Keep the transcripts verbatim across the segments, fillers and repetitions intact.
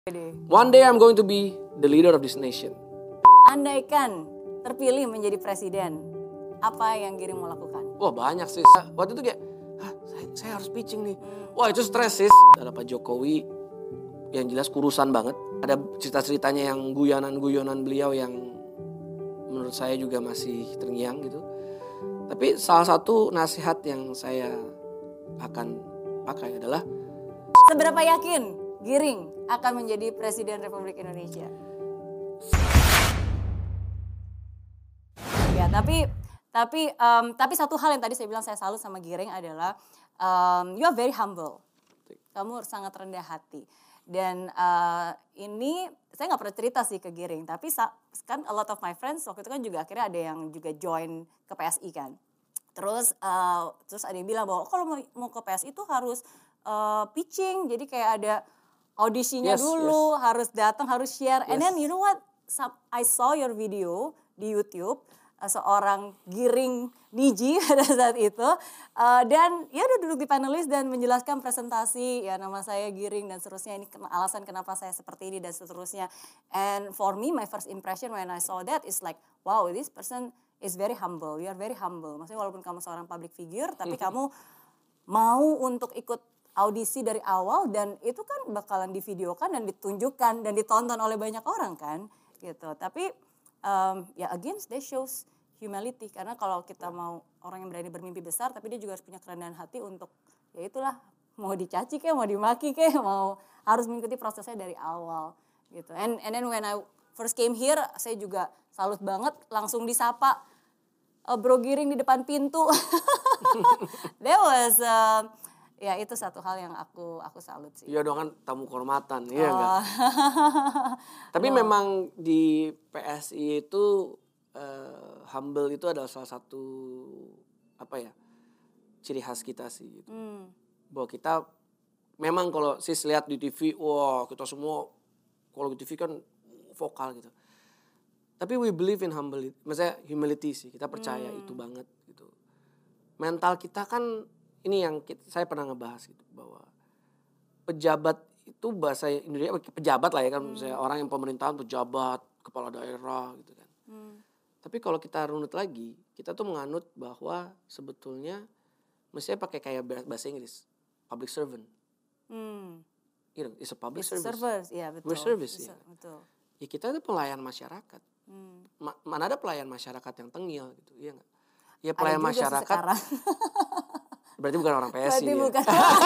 One day I'm going to be the leader of this nation. Andaikan terpilih menjadi presiden, apa yang Giring mau lakukan? Wah banyak sih. Waktu itu kayak, Hah, saya, saya harus pitching nih. Hmm. Wah itu stres sih. Ada Pak Jokowi yang jelas kurusan banget. Ada cerita-ceritanya yang guyonan-guyonan beliau yang menurut saya juga masih terngiang gitu. Tapi salah satu nasihat yang saya akan pakai adalah, seberapa yakin Giring akan menjadi Presiden Republik Indonesia? Ya, tapi tapi um, tapi satu hal yang tadi saya bilang saya salut sama Giring adalah um, you are very humble. Kamu sangat rendah hati. Dan uh, ini saya nggak pernah cerita sih ke Giring, tapi kan a lot of my friends waktu itu kan juga akhirnya ada yang juga join ke P S I kan. Terus uh, terus ada yang bilang bahwa oh, kalau mau, mau ke P S I itu harus uh, pitching, jadi kayak ada audisinya yes, dulu, yes. harus datang, harus share. Yes. And then you know what? I saw your video di YouTube, uh, seorang Giring Niji pada saat itu. Uh, dan ya udah duduk di panelis dan menjelaskan presentasi, ya nama saya Giring dan seterusnya, ini alasan kenapa saya seperti ini dan seterusnya. And for me, my first impression when I saw that is like, wow, this person is very humble, you are very humble. Maksudnya walaupun kamu seorang public figure, tapi mm-hmm. kamu mau untuk ikut audisi dari awal dan itu kan bakalan divideokan dan ditunjukkan dan ditonton oleh banyak orang kan gitu. Tapi um, ya again that shows humility, karena kalau kita mau orang yang berani bermimpi besar tapi dia juga harus punya kerendahan hati untuk ya itulah, mau dicaci kayak mau dimaki kayak mau harus mengikuti prosesnya dari awal gitu. And and then when I first came here saya juga salut banget, langsung disapa uh, Bro Giring di depan pintu. That was uh, ya itu satu hal yang aku aku salut sih. Iya dong, kan tamu kehormatan, iya enggak? Oh. Tapi oh. memang di P S I itu uh, humble itu adalah salah satu apa ya, ciri khas kita sih. Gitu. Hmm. Bahwa kita memang kalau sis lihat di T V, wah kita semua kalau di T V kan vokal gitu. Tapi we believe in humble, maksudnya humility sih, kita percaya hmm. itu banget gitu. Mental kita kan ini yang kita, saya pernah ngebahas gitu, bahwa pejabat itu bahasa Indonesia pejabat lah ya kan, hmm. misalnya orang yang pemerintahan pejabat, kepala daerah gitu kan. Hmm. Tapi kalau kita runut lagi, kita tuh menganut bahwa sebetulnya mestinya pakai kayak bahasa Inggris, public servant. Hmm. You know, it's a public it's service. Service, ya betul. We're service, it's ya. A, betul. Ya kita itu pelayan masyarakat. Hmm. Ma- mana ada pelayan masyarakat yang tengil gitu, iya nggak? Ya pelayan masyarakat. Berarti bukan orang P S I. Berarti ya? Bukan.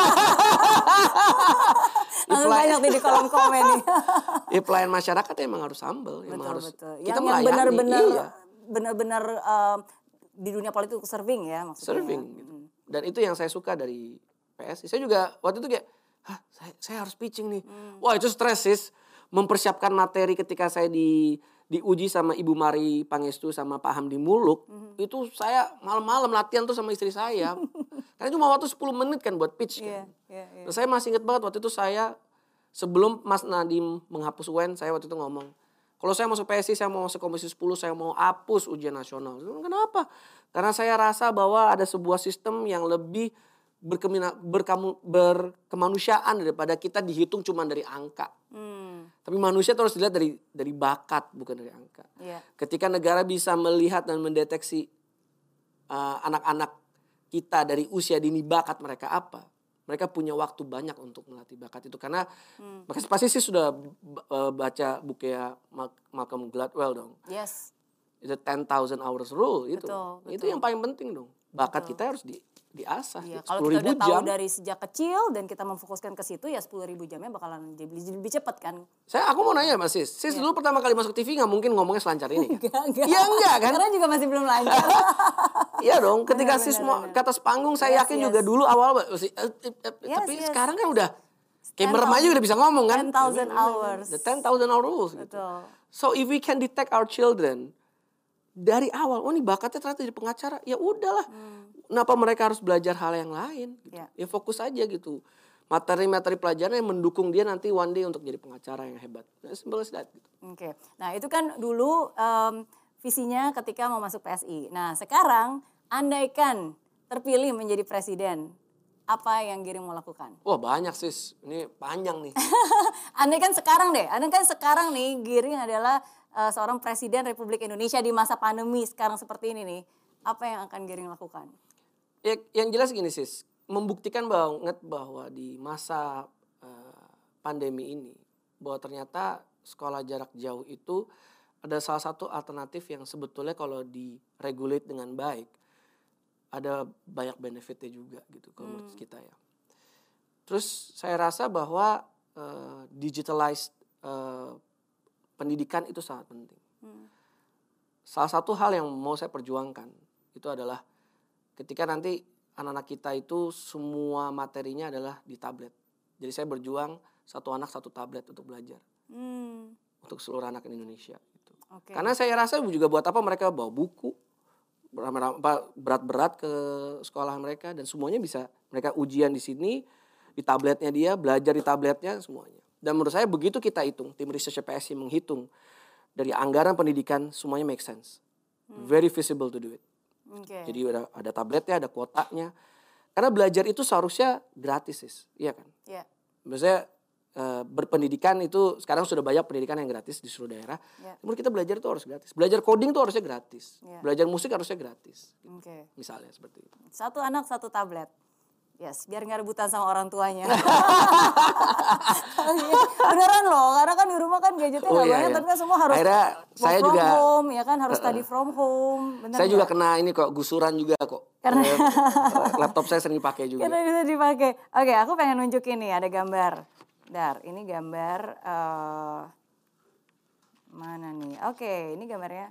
Langsung banyak di kolom komen nih. Ya pelayan masyarakat emang harus humble. Betul, emang harus betul. Kita yang, melayani. Yang benar-benar, iya. benar-benar uh, di dunia politik serving ya maksudnya. Serving. Gitu. Dan itu yang saya suka dari P S I. Saya juga waktu itu kayak, hah saya, saya harus pitching nih. Hmm. Wah itu stres sih. Mempersiapkan materi ketika saya di diuji sama Ibu Mari Pangestu sama Pak Hamdi Muluk, mm-hmm. itu saya malam-malam latihan tuh sama istri saya. Karena cuma waktu sepuluh menit kan buat pitch kan. Yeah, yeah, yeah. Saya masih ingat banget waktu itu saya, sebelum Mas Nadiem menghapus U N, saya waktu itu ngomong, kalau saya masuk P S I, saya mau masuk Komisi sepuluh, saya mau hapus ujian nasional. Kenapa? Karena saya rasa bahwa ada sebuah sistem yang lebih berkemina, berkamu, berkemanusiaan daripada kita dihitung cuma dari angka. Hmm. Tapi manusia terus dilihat dari dari bakat, bukan dari angka. Yeah. Ketika negara bisa melihat dan mendeteksi uh, anak-anak kita dari usia dini bakat mereka apa, mereka punya waktu banyak untuk melatih bakat itu. Karena hmm. pasti sih sudah uh, baca bukunya Malcolm Gladwell dong. Yes. Itu ten thousand hours rule itu. Betul, betul. Itu yang paling penting dong. Bakat betul. Kita harus di diasah. Iya, kalau kita udah tahu dari sejak kecil dan kita memfokuskan ke situ ya sepuluh ribu jamnya bakalan jadi lebih cepat kan. Saya aku mau nanya Mas Sis. Sis ya. Dulu pertama kali masuk T V nggak mungkin ngomongnya selancar ini kan? Enggak, enggak. Ya enggak kan? Karena juga masih belum lancar. Iya dong, ketika benar, Sis benar, mau benar. Ke atas panggung saya yes, yakin yes. juga dulu awal masih uh, uh, uh, yes, tapi yes. sekarang kan udah kayak merem aja udah bisa ngomong kan. ten thousand hours. The ten thousand hour rules gitu. So if we can detect our children dari awal, oh ini bakatnya ternyata jadi pengacara, ya udahlah. Hmm. Kenapa mereka harus belajar hal yang lain? Gitu. Ya. ya fokus aja gitu. Materi-materi pelajaran yang mendukung dia nanti one day untuk jadi pengacara yang hebat. Simple as that. Gitu. Oke, okay. Nah itu kan dulu um, visinya ketika mau masuk P S I. Nah sekarang andaikan terpilih menjadi presiden, apa yang Giring mau lakukan? Wah banyak sis, ini panjang nih. Andai kan sekarang deh, andai kan sekarang nih Giring adalah uh, seorang presiden Republik Indonesia di masa pandemi sekarang seperti ini nih. Apa yang akan Giring lakukan? Ya, yang jelas gini sis, membuktikan banget bahwa di masa uh, pandemi ini, bahwa ternyata sekolah jarak jauh itu ada salah satu alternatif yang sebetulnya kalau di-regulate dengan baik, ada banyak benefitnya juga gitu kalau hmm. menurut kita ya. Terus saya rasa bahwa uh, digitalized uh, pendidikan itu sangat penting. Hmm. Salah satu hal yang mau saya perjuangkan itu adalah ketika nanti anak-anak kita itu semua materinya adalah di tablet. Jadi saya berjuang satu anak satu tablet untuk belajar. Hmm. Untuk seluruh anak Indonesia. Gitu. Okay. Karena saya rasa juga buat apa mereka bawa buku, berat-berat ke sekolah mereka dan semuanya bisa mereka ujian di sini di tabletnya dia, belajar di tabletnya semuanya. Dan menurut saya begitu kita hitung, tim research P S I menghitung dari anggaran pendidikan semuanya make sense. Hmm. Very feasible to do it. Okay. Jadi ada ada tabletnya, ada kuotanya. Karena belajar itu seharusnya gratis, sis. Iya kan? Iya. Yeah. Maksudnya Uh, berpendidikan itu sekarang sudah banyak pendidikan yang gratis di seluruh daerah. Yeah. Kemudian kita belajar itu harus gratis. Belajar coding itu harusnya gratis. Yeah. Belajar musik harusnya gratis. Okay. Misalnya seperti itu. Satu anak satu tablet. Yes, biar nggak rebutan sama orang tuanya. Beneran loh, karena kan di rumah kan gadgetnya nggak oh, iya, banyak, iya. tapi kan semua harus Akhirnya, saya from juga, home, ya kan harus uh, study from home. Bener saya gak? juga kena ini kok gusuran juga kok. Karena laptop saya sering dipakai juga. Karena bisa dipakai. Oke, aku pengen nunjukin nih ada gambar. Dar, ini gambar uh, mana nih? Oke, ini gambarnya.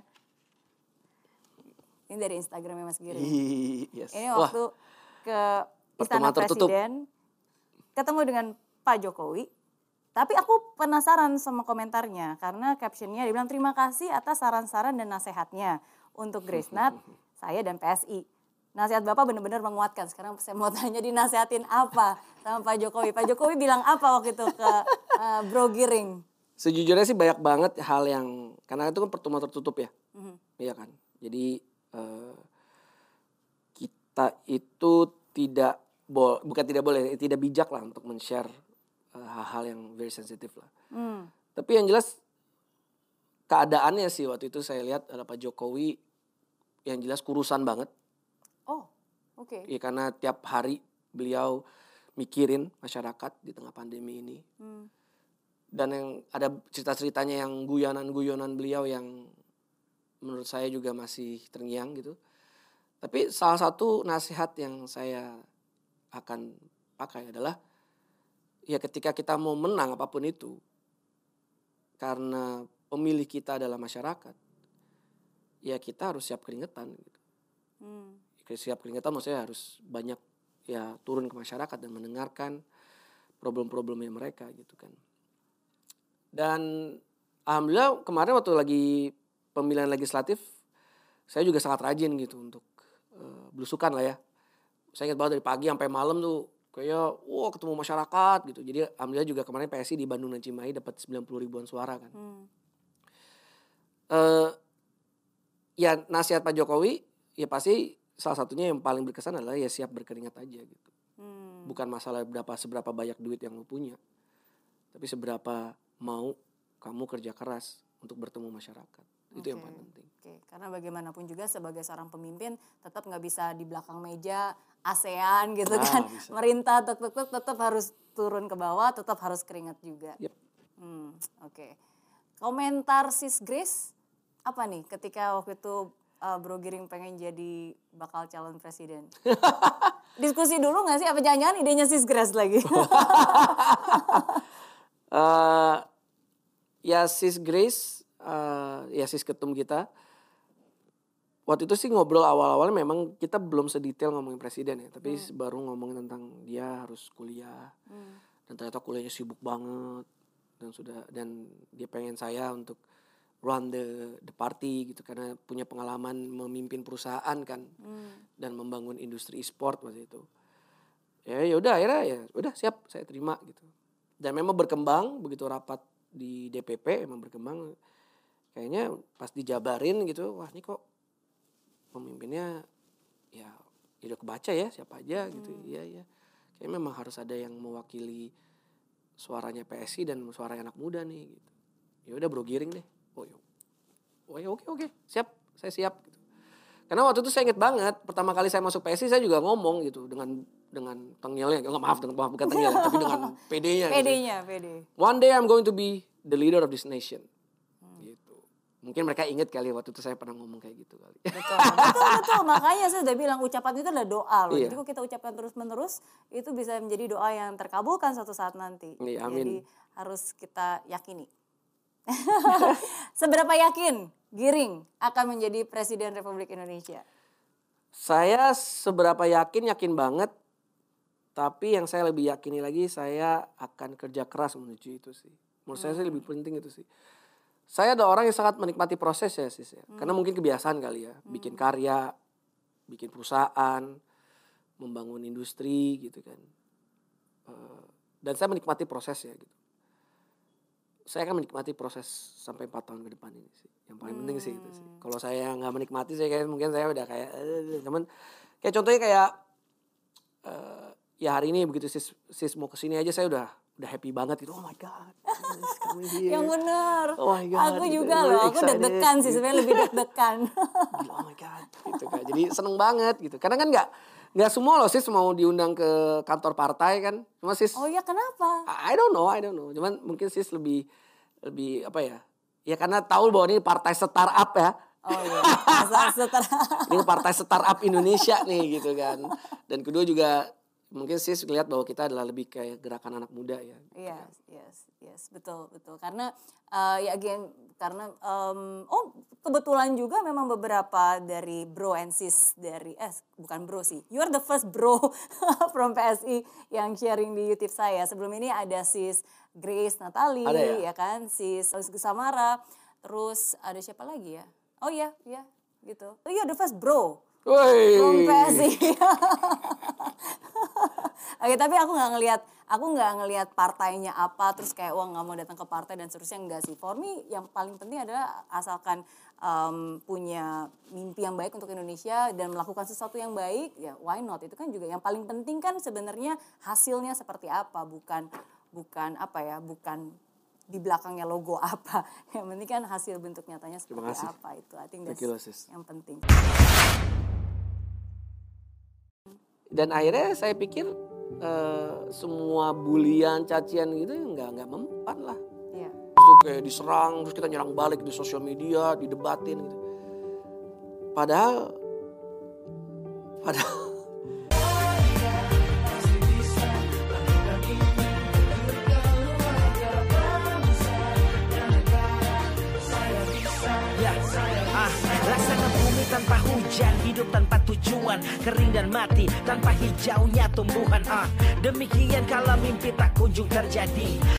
Ini dari Instagramnya Mas Giring. Yes. Ini waktu Wah. ke Istana Presiden, ketemu dengan Pak Jokowi. Tapi aku penasaran sama komentarnya karena captionnya dia bilang terima kasih atas saran-saran dan nasihatnya untuk Grace-Nat, saya dan P S I. Nasihat Bapak benar-benar menguatkan. Sekarang saya mau tanya dinasihatin apa sama Pak Jokowi. Pak Jokowi bilang apa waktu itu ke uh, Bro Giring? Sejujurnya sih banyak banget hal yang, karena itu kan pertemuan tertutup ya. Mm-hmm. Iya kan. Jadi uh, kita itu tidak, bo- bukan tidak boleh, tidak bijak lah untuk men-share uh, hal-hal yang very sensitif lah. Mm. Tapi yang jelas keadaannya sih waktu itu saya lihat ada Pak Jokowi yang jelas kurusan banget. Oh, oke. Okay. Ya karena tiap hari beliau mikirin masyarakat di tengah pandemi ini. Hmm. Dan yang ada cerita-ceritanya yang guyonan-guyonan beliau yang menurut saya juga masih terngiang gitu. Tapi salah satu nasihat yang saya akan pakai adalah ya ketika kita mau menang apapun itu, karena pemilih kita adalah masyarakat, ya kita harus siap keringetan gitu. Hmm. Siap keringetan maksudnya harus banyak ya turun ke masyarakat dan mendengarkan problem-problemnya mereka gitu kan. Dan alhamdulillah kemarin waktu lagi pemilihan legislatif saya juga sangat rajin gitu untuk uh, belusukan lah ya. Saya ingat banget dari pagi sampai malam tuh kayak wah ketemu masyarakat gitu. Jadi alhamdulillah juga kemarin P S I di Bandung dan Cimahi dapat sembilan puluh ribuan suara kan. Hmm. Uh, ya nasihat Pak Jokowi ya pasti salah satunya yang paling berkesan adalah ya siap berkeringat aja gitu. Hmm. Bukan masalah berapa seberapa banyak duit yang lo punya. Tapi seberapa mau kamu kerja keras untuk bertemu masyarakat. Itu okay. yang paling penting. Okay. Karena bagaimanapun juga sebagai seorang pemimpin tetap gak bisa di belakang meja ASEAN gitu nah, kan. Bisa. Merintah tetap tetap harus turun ke bawah, tetap harus keringat juga. Yep. Hmm, oke. Okay. Komentar Sis Grace apa nih ketika waktu itu Uh, Bro Giring pengen jadi bakal calon presiden. Diskusi dulu gak sih? Apa jangan-jangan idenya Sis Grace lagi? uh, ya Sis Grace, uh, ya Sis ketum kita. Waktu itu sih ngobrol awal-awal memang kita belum sedetail ngomongin presiden ya. Tapi hmm. baru ngomongin tentang dia harus kuliah. Hmm. Dan ternyata kuliahnya sibuk banget. Dan sudah dan dia pengen saya untuk run the the party gitu karena punya pengalaman memimpin perusahaan kan hmm. dan membangun industri e-sport waktu itu. Ya ya udah akhirnya ya udah siap saya terima gitu. Dan memang berkembang begitu rapat di D P P emang berkembang. Kayaknya pas dijabarin gitu, wah ini kok pemimpinnya ya udah kebaca ya siapa aja gitu. Iya hmm. ya. Kayaknya memang harus ada yang mewakili suaranya P S I dan suaranya anak muda nih gitu. Ya udah Bro Giring deh. Oh, yuk. Oh ya oke oke siap, saya siap gitu. Karena waktu itu saya inget banget pertama kali saya masuk P S I saya juga ngomong gitu dengan dengan tengilnya, enggak maaf dengan maaf bukan tengil tapi dengan P D-nya. P D-nya, gitu. P D. One day I'm going to be the leader of this nation. Gitu. Mungkin mereka inget kali waktu itu saya pernah ngomong kayak gitu kali. Betul, betul, betul. Makanya saya udah bilang ucapan itu adalah doa loh. Iya. Jadi kalau kita ucapkan terus-menerus itu bisa menjadi doa yang terkabulkan suatu saat nanti. Iya, amin. Jadi harus kita yakini. Seberapa yakin Giring akan menjadi Presiden Republik Indonesia? Saya seberapa yakin, yakin banget. Tapi yang saya lebih yakini lagi, saya akan kerja keras menuju itu sih. Menurut hmm. saya sih lebih penting itu sih. Saya ada orang yang sangat menikmati proses ya sis ya. Hmm. Karena mungkin kebiasaan kali ya. Bikin karya, bikin perusahaan, membangun industri gitu kan. Dan saya menikmati prosesnya gitu. Saya akan menikmati proses sampai empat tahun ke depan ini sih. Yang paling hmm. penting sih itu sih. Kalau saya nggak menikmati, saya kayak mungkin saya udah kayak, eh, cuman kayak contohnya kayak, uh, ya hari ini begitu sis, sis mau kesini aja saya udah udah happy banget gitu. Oh my god, yang benar. Oh my god, aku gitu. juga loh, aku deg-degan sih sebenarnya lebih deg-degan. Oh my god, gitu kan. Jadi seneng banget gitu. Karena kan nggak nggak semua loh sis mau diundang ke kantor partai kan. Cuma sis. Oh iya kenapa? I don't know, I don't know. Cuman mungkin sis lebih lebih apa ya? Ya karena tahu bahwa ini partai startup ya. Oh iya, startup. Ini partai startup Indonesia nih gitu kan. Dan kedua juga mungkin sis lihat bahwa kita adalah lebih kayak gerakan anak muda ya. Iya, yes, yes, yes, betul, betul. Karena uh, ya again, karena um, oh kebetulan juga memang beberapa dari bro and sis dari eh bukan bro sih, you are the first bro from P S I yang sharing di YouTube saya. Sebelum ini ada sis Grace Natali, ya? ya kan, sis Samara, terus ada siapa lagi ya? Oh iya, iya, gitu. Oh, you are the first bro. Woi. From P S I. Oke, tapi aku nggak ngelihat, aku nggak ngelihat partainya apa, terus kayak wah nggak mau datang ke partai dan seterusnya, enggak sih. For me, yang paling penting adalah asalkan um, punya mimpi yang baik untuk Indonesia dan melakukan sesuatu yang baik, ya why not? Itu kan juga yang paling penting kan sebenarnya hasilnya seperti apa, bukan bukan apa ya, bukan di belakangnya logo apa. Yang penting kan hasil bentuk nyatanya seperti apa itu. I think that's yang penting. Dan akhirnya saya pikir uh, semua bulian, cacian gitu nggak nggak mempan lah. Iya. Terus kayak diserang, terus kita nyerang balik di sosial media, didebatin gitu. Padahal, padahal. Laksana bumi tanpa hujan, hidup tanpa tujuan, kering dan mati tanpa hijaunya tumbuhan. Ah, demikian kalau mimpi tak kunjung terjadi.